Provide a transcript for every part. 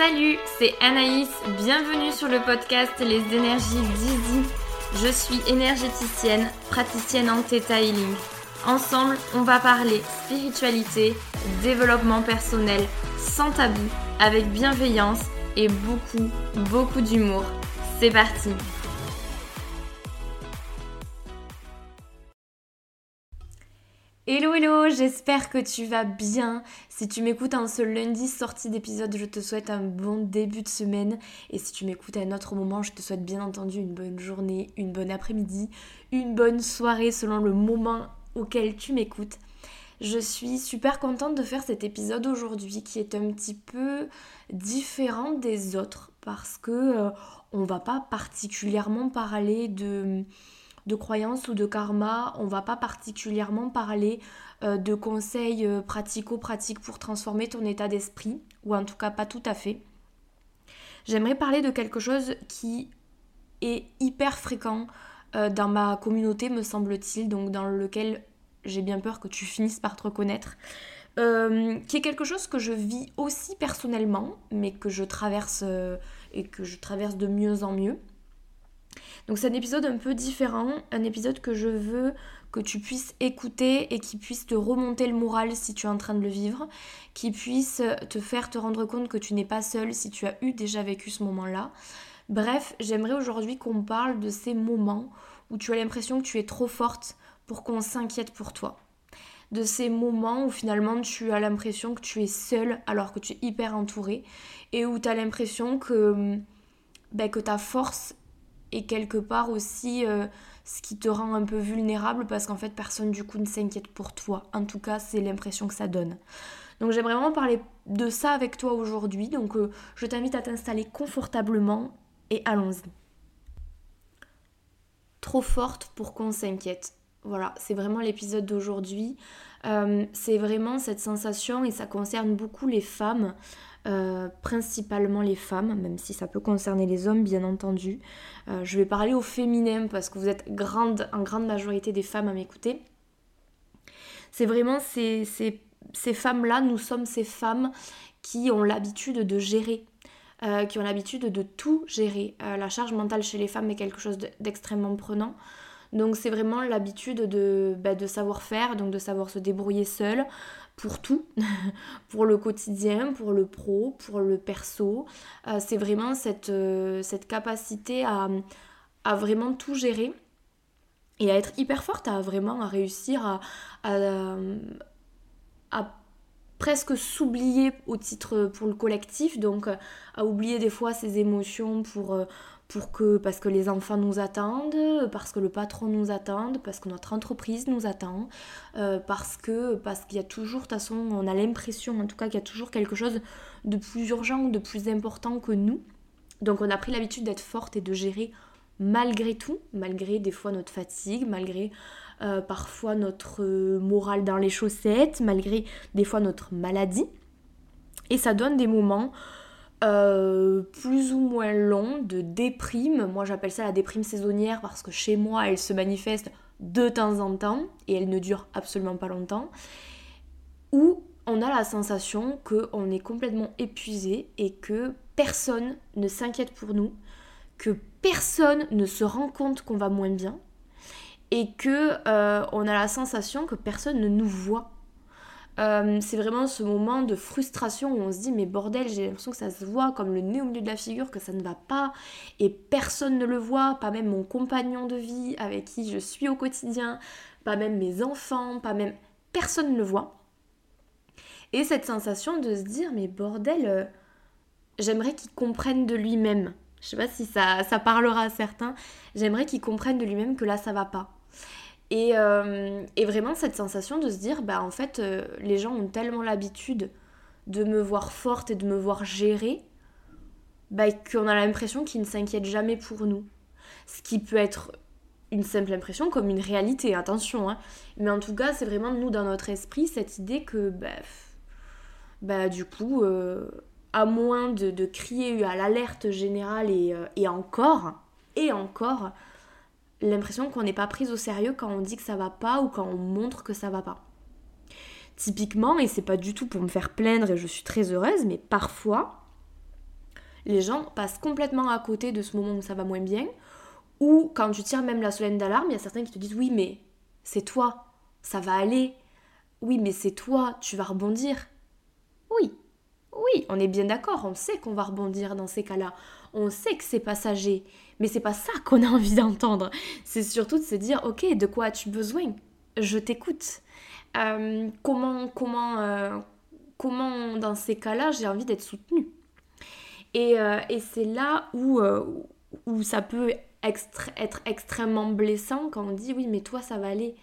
Salut, c'est Anaïs, bienvenue sur le podcast Les énergies d'Easy. Je suis énergéticienne, praticienne en Theta Healing. Ensemble, on va parler spiritualité, développement personnel, sans tabou, avec bienveillance et beaucoup d'humour. C'est parti! Hello, j'espère que tu vas bien. Si tu m'écoutes en ce lundi sortie d'épisode, je te souhaite un bon début de semaine. Et si tu m'écoutes à un autre moment, je te souhaite bien entendu une bonne journée, une bonne après-midi, une bonne soirée selon le moment auquel tu m'écoutes. Je suis super contente de faire cet épisode aujourd'hui qui est un petit peu différent des autres parce que on va pas particulièrement parler de croyances ou de karma, on va pas particulièrement parler de conseils pratico-pratiques pour transformer ton état d'esprit, ou en tout cas pas tout à fait. J'aimerais parler de quelque chose qui est hyper fréquent dans ma communauté, me semble-t-il, donc dans lequel j'ai bien peur que tu finisses par te reconnaître, qui est quelque chose que je vis aussi personnellement, mais que je traverse et que je traverse de mieux en mieux. Donc c'est un épisode un peu différent, un épisode que je veux que tu puisses écouter et qui puisse te remonter le moral si tu es en train de le vivre, qui puisse te faire te rendre compte que tu n'es pas seule si tu as déjà vécu ce moment-là. Bref, j'aimerais aujourd'hui qu'on parle de ces moments où tu as l'impression que tu es trop forte pour qu'on s'inquiète pour toi. De ces moments où finalement tu as l'impression que tu es seule alors que tu es hyper entourée et où tu as l'impression que ta force et quelque part aussi ce qui te rend un peu vulnérable parce qu'en fait personne du coup ne s'inquiète pour toi. En tout cas c'est l'impression que ça donne. Donc j'aimerais vraiment parler de ça avec toi aujourd'hui. Donc je t'invite à t'installer confortablement et allons-y. Trop forte pour qu'on s'inquiète. Voilà, c'est vraiment l'épisode d'aujourd'hui. C'est vraiment cette sensation et ça concerne beaucoup les femmes. Principalement les femmes, même si ça peut concerner les hommes bien entendu. Je vais parler au féminin parce que vous êtes en grande majorité des femmes à m'écouter. C'est vraiment ces femmes-là, nous sommes ces femmes qui ont l'habitude de gérer, qui ont l'habitude de tout gérer. La charge mentale chez les femmes est quelque chose d'extrêmement prenant. Donc c'est vraiment l'habitude de savoir faire, donc de savoir se débrouiller seule pour tout, pour le quotidien, pour le pro, pour le perso. C'est vraiment cette capacité à vraiment tout gérer et à être hyper forte, à réussir à presque s'oublier au titre pour le collectif, donc à oublier des fois ses émotions parce que les enfants nous attendent, parce que le patron nous attend, parce que notre entreprise nous attend, parce qu'il y a toujours, de toute façon, on a l'impression en tout cas qu'il y a toujours quelque chose de plus urgent, de plus important que nous. Donc on a pris l'habitude d'être forte et de gérer malgré tout, malgré des fois notre fatigue, malgré parfois notre morale dans les chaussettes, malgré des fois notre maladie. Et ça donne des moments plus ou moins long de déprime. Moi j'appelle ça la déprime saisonnière parce que chez moi elle se manifeste de temps en temps et elle ne dure absolument pas longtemps, où on a la sensation qu'on est complètement épuisé et que personne ne s'inquiète pour nous, que personne ne se rend compte qu'on va moins bien et que on a la sensation que personne ne nous voit. C'est vraiment ce moment de frustration où on se dit mais bordel, j'ai l'impression que ça se voit comme le nez au milieu de la figure, que ça ne va pas et personne ne le voit, pas même mon compagnon de vie avec qui je suis au quotidien, pas même mes enfants, personne ne le voit. Et cette sensation de se dire mais bordel, j'aimerais qu'il comprenne de lui-même. Je sais pas si ça parlera à certains, j'aimerais qu'il comprenne de lui-même que là ça va pas. Et vraiment cette sensation de se dire, en fait, les gens ont tellement l'habitude de me voir forte et de me voir gérer, qu'on a l'impression qu'ils ne s'inquiètent jamais pour nous. Ce qui peut être une simple impression comme une réalité, attention. Hein. Mais en tout cas, c'est vraiment nous, dans notre esprit, cette idée que, du coup, à moins de crier à l'alerte générale et encore, l'impression qu'on n'est pas prise au sérieux quand on dit que ça va pas ou quand on montre que ça va pas. Typiquement, et c'est pas du tout pour me faire plaindre et je suis très heureuse, mais parfois, Les gens passent complètement à côté de ce moment où ça va moins bien. Ou quand tu tires même la sonnette d'alarme, il y a certains qui te disent oui mais c'est toi, ça va aller. Oui mais c'est toi, tu vas rebondir. Oui, oui, on est bien d'accord, on sait qu'on va rebondir dans ces cas-là. On sait que c'est passager. Mais c'est pas ça qu'on a envie d'entendre. C'est surtout de se dire ok, de quoi as-tu besoin? Je t'écoute. Comment dans ces cas-là j'ai envie d'être soutenue. Et c'est là où ça peut être extrêmement blessant quand on dit oui mais toi ça va aller.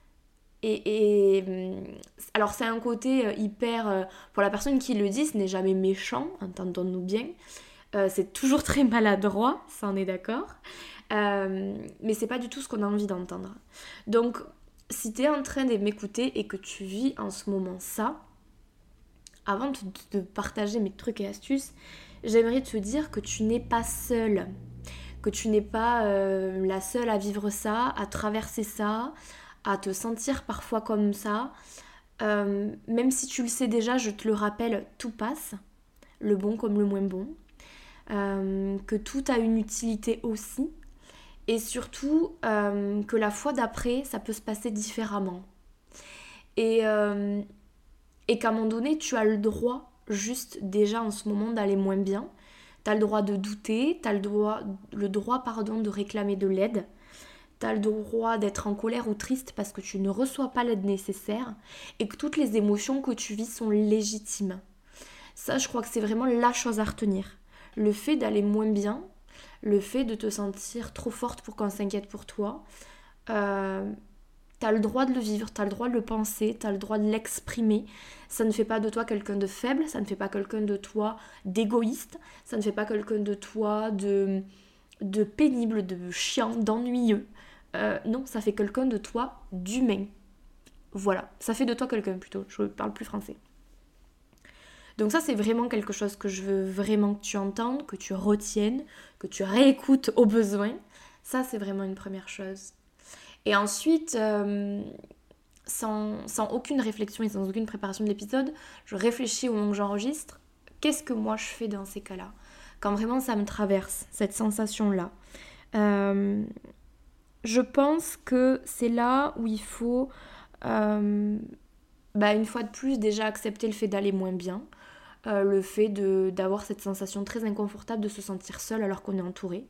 Alors c'est un côté hyper... pour la personne qui le dit, ce n'est jamais méchant, entendons-nous bien. C'est toujours très maladroit, ça on est d'accord. Mais c'est pas du tout ce qu'on a envie d'entendre. Donc si tu es en train de m'écouter et que tu vis en ce moment ça, avant de partager mes trucs et astuces, j'aimerais te dire que tu n'es pas seule. Que tu n'es pas la seule à vivre ça, à traverser ça, à te sentir parfois comme ça. Même si tu le sais déjà, je te le rappelle, tout passe, le bon comme le moins bon. Que tout a une utilité aussi. Et surtout que la fois d'après, ça peut se passer différemment. Et qu'à un moment donné, tu as le droit, juste déjà en ce moment, d'aller moins bien. Tu as le droit de douter, tu as le droit de réclamer de l'aide. Tu as le droit d'être en colère ou triste parce que tu ne reçois pas l'aide nécessaire et que toutes les émotions que tu vis sont légitimes. Ça, je crois que c'est vraiment la chose à retenir. Le fait d'aller moins bien, le fait de te sentir trop forte pour qu'on s'inquiète pour toi, t'as le droit de le vivre, t'as le droit de le penser, t'as le droit de l'exprimer. Ça ne fait pas de toi quelqu'un de faible, ça ne fait pas quelqu'un de toi d'égoïste, ça ne fait pas quelqu'un de toi de pénible, de chiant, d'ennuyeux. Non, ça fait quelqu'un de toi d'humain. Voilà, ça fait de toi quelqu'un plutôt, je parle plus français. Donc ça c'est vraiment quelque chose que je veux vraiment que tu entendes, que tu retiennes, que tu réécoutes au besoin. Ça c'est vraiment une première chose. Et ensuite, sans aucune réflexion et sans aucune préparation de l'épisode, je réfléchis au moment que j'enregistre. Qu'est-ce que moi je fais dans ces cas-là? Quand vraiment ça me traverse, cette sensation-là. Je pense que c'est là où il faut, une fois de plus, déjà accepter le fait d'aller moins bien. Le fait d'avoir cette sensation très inconfortable de se sentir seul alors qu'on est entouré.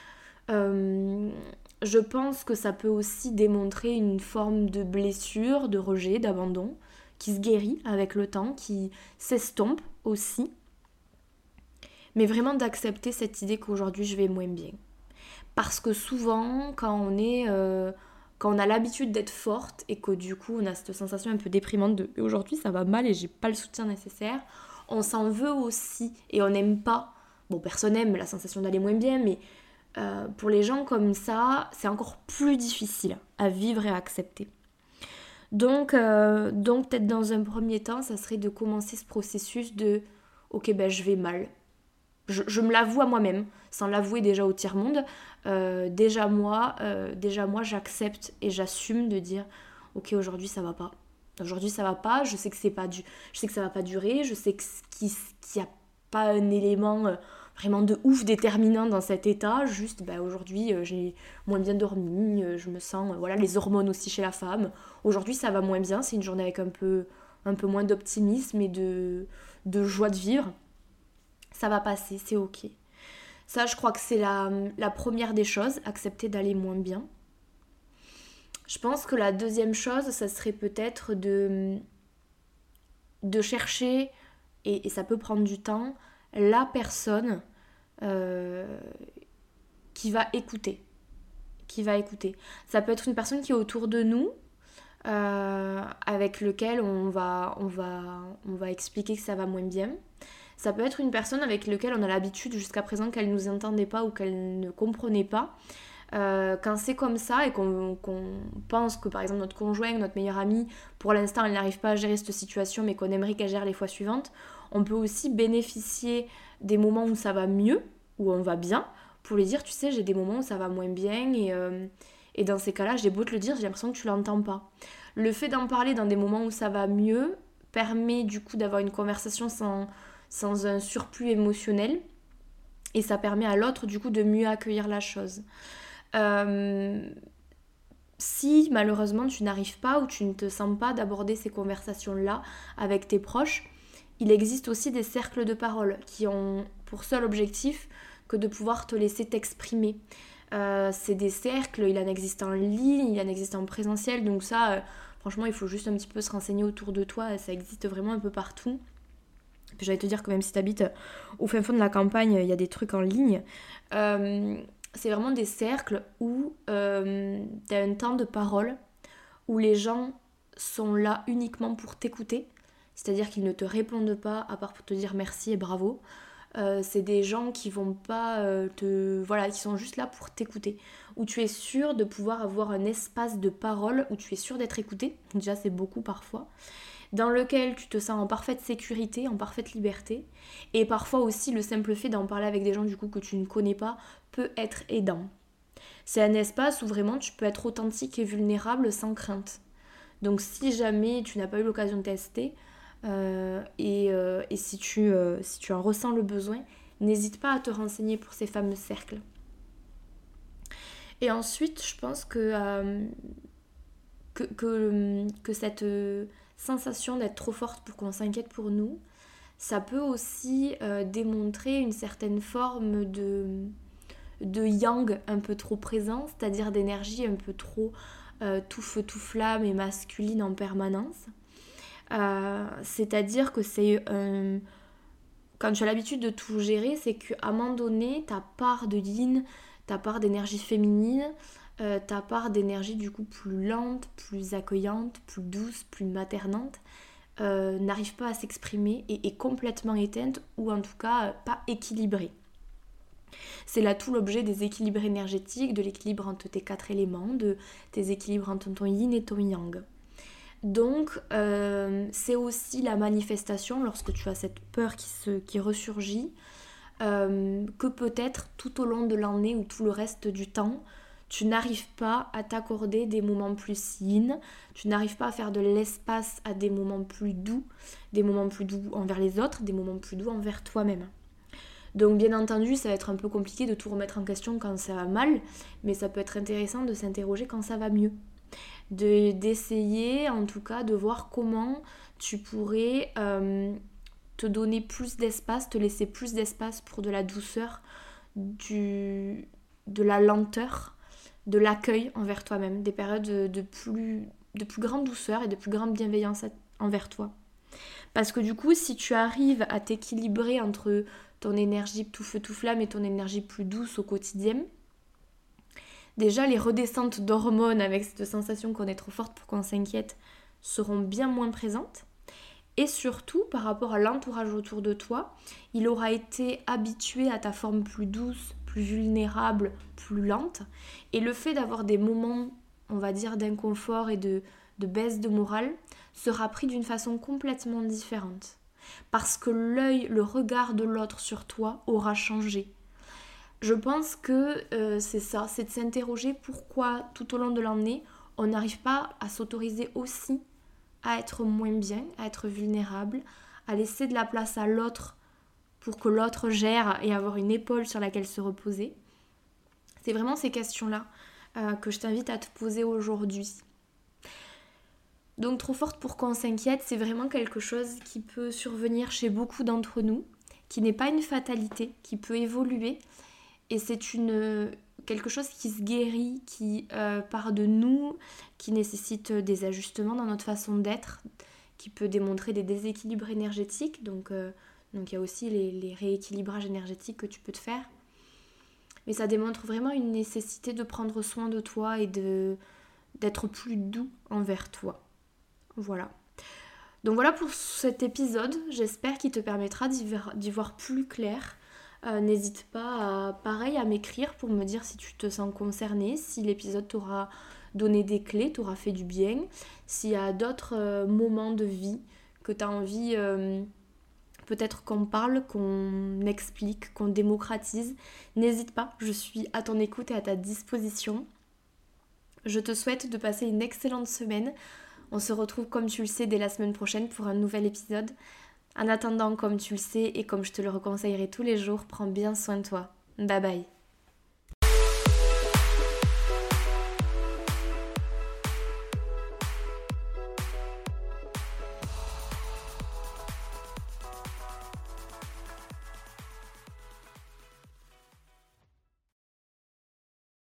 Je pense que ça peut aussi démontrer une forme de blessure, de rejet, d'abandon, qui se guérit avec le temps, qui s'estompe aussi. Mais vraiment d'accepter cette idée qu'aujourd'hui je vais moins bien. Parce que souvent, quand on a l'habitude d'être forte et que du coup on a cette sensation un peu déprimante de aujourd'hui ça va mal et j'ai pas le soutien nécessaire, on s'en veut aussi et on n'aime pas. Bon, personne n'aime la sensation d'aller moins bien, mais pour les gens comme ça, c'est encore plus difficile à vivre et à accepter. Donc peut-être dans un premier temps, ça serait de commencer ce processus de ok, je vais mal. Je me l'avoue à moi-même, sans l'avouer déjà au tiers-monde. Déjà moi, j'accepte et j'assume de dire ok, aujourd'hui ça va pas. Aujourd'hui ça va pas, je sais que ça va pas durer, je sais qu'il n'y a pas un élément vraiment de ouf déterminant dans cet état, juste aujourd'hui j'ai moins bien dormi, je me sens, voilà, les hormones aussi chez la femme. Aujourd'hui ça va moins bien, c'est une journée avec un peu moins d'optimisme et de joie de vivre. Ça va passer, c'est ok. Ça, je crois que c'est la première des choses, accepter d'aller moins bien. Je pense que la deuxième chose, ça serait peut-être de chercher, et ça peut prendre du temps, la personne qui va écouter. Ça peut être une personne qui est autour de nous, avec lequel on va expliquer que ça va moins bien. Ça peut être une personne avec laquelle on a l'habitude jusqu'à présent qu'elle ne nous entendait pas ou qu'elle ne comprenait pas. Quand c'est comme ça et qu'on pense que par exemple notre conjoint, notre meilleur ami, pour l'instant elle n'arrive pas à gérer cette situation mais qu'on aimerait qu'elle gère les fois suivantes, on peut aussi bénéficier des moments où ça va mieux, où on va bien, pour lui dire tu sais j'ai des moments où ça va moins bien et dans ces cas-là j'ai beau te le dire j'ai l'impression que tu l'entends pas. Le fait d'en parler dans des moments où ça va mieux permet du coup d'avoir une conversation sans un surplus émotionnel Et ça permet à l'autre du coup de mieux accueillir la chose. Si malheureusement tu n'arrives pas ou tu ne te sens pas d'aborder ces conversations-là avec tes proches, il existe aussi des cercles de parole qui ont pour seul objectif que de pouvoir te laisser t'exprimer. C'est des cercles, il en existe en ligne, il en existe en présentiel, donc ça, franchement, il faut juste un petit peu se renseigner autour de toi, ça existe vraiment un peu partout. Puis j'allais te dire que même si tu habites au fin fond de la campagne, il y a des trucs en ligne. C'est vraiment des cercles où tu as un temps de parole, où les gens sont là uniquement pour t'écouter, c'est-à-dire qu'ils ne te répondent pas à part pour te dire merci et bravo. C'est des gens qui vont pas voilà, qui sont juste là pour t'écouter, où tu es sûr de pouvoir avoir un espace de parole, où tu es sûr d'être écouté, déjà c'est beaucoup parfois, dans lequel tu te sens en parfaite sécurité, en parfaite liberté, et parfois aussi le simple fait d'en parler avec des gens du coup que tu ne connais pas peut être aidant. C'est un espace où vraiment tu peux être authentique et vulnérable sans crainte. Donc si jamais tu n'as pas eu l'occasion de tester, et si tu en ressens le besoin, n'hésite pas à te renseigner pour ces fameux cercles. Et ensuite, je pense que cette sensation d'être trop forte pour qu'on s'inquiète pour nous, ça peut aussi démontrer une certaine forme de yang un peu trop présent, c'est-à-dire d'énergie un peu trop tout feu tout flamme et masculine en permanence. C'est-à-dire que quand tu as l'habitude de tout gérer, c'est qu'à un moment donné, ta part de yin, ta part d'énergie féminine, ta part d'énergie du coup plus lente, plus accueillante, plus douce, plus maternante, n'arrive pas à s'exprimer et est complètement éteinte ou en tout cas pas équilibrée. C'est là tout l'objet des équilibres énergétiques, de l'équilibre entre tes 4 éléments, de tes équilibres entre ton yin et ton yang. Donc c'est aussi la manifestation, lorsque tu as cette peur qui ressurgit, que peut-être tout au long de l'année ou tout le reste du temps, tu n'arrives pas à t'accorder des moments plus yin, tu n'arrives pas à faire de l'espace à des moments plus doux envers les autres, des moments plus doux envers toi-même. Donc bien entendu, ça va être un peu compliqué de tout remettre en question quand ça va mal, mais ça peut être intéressant de s'interroger quand ça va mieux. D'essayer en tout cas de voir comment tu pourrais te donner plus d'espace, te laisser plus d'espace pour de la douceur, de la lenteur, de l'accueil envers toi-même, des périodes de plus grande douceur et de plus grande bienveillance envers toi. Parce que du coup, si tu arrives à t'équilibrer entre ton énergie tout feu tout flamme et ton énergie plus douce au quotidien, déjà les redescentes d'hormones avec cette sensation qu'on est trop forte pour qu'on s'inquiète seront bien moins présentes. Et surtout, par rapport à l'entourage autour de toi, il aura été habitué à ta forme plus douce, plus vulnérable, plus lente. Et le fait d'avoir des moments, on va dire, d'inconfort et de baisse de morale sera pris d'une façon complètement différente. Parce que l'œil, le regard de l'autre sur toi aura changé. Je pense que c'est ça, c'est de s'interroger pourquoi tout au long de l'année, on n'arrive pas à s'autoriser aussi à être moins bien, à être vulnérable, à laisser de la place à l'autre pour que l'autre gère et avoir une épaule sur laquelle se reposer. C'est vraiment ces questions-là que je t'invite à te poser aujourd'hui. Donc trop forte pour qu'on s'inquiète, c'est vraiment quelque chose qui peut survenir chez beaucoup d'entre nous, qui n'est pas une fatalité, qui peut évoluer. Et c'est quelque chose qui se guérit, qui part de nous, qui nécessite des ajustements dans notre façon d'être, qui peut démontrer des déséquilibres énergétiques. Donc il y a aussi les rééquilibrages énergétiques que tu peux te faire. Mais ça démontre vraiment une nécessité de prendre soin de toi et d'être plus doux envers toi. Voilà. Donc voilà pour cet épisode. J'espère qu'il te permettra d'y voir plus clair. N'hésite pas à m'écrire pour me dire si tu te sens concerné, si l'épisode t'aura donné des clés, t'aura fait du bien, s'il y a d'autres moments de vie que tu as envie peut-être qu'on parle, qu'on explique, qu'on démocratise. N'hésite pas, je suis à ton écoute et à ta disposition. Je te souhaite de passer une excellente semaine. On se retrouve comme tu le sais dès la semaine prochaine pour un nouvel épisode. En attendant, comme tu le sais et comme je te le reconseillerai tous les jours, prends bien soin de toi. Bye bye.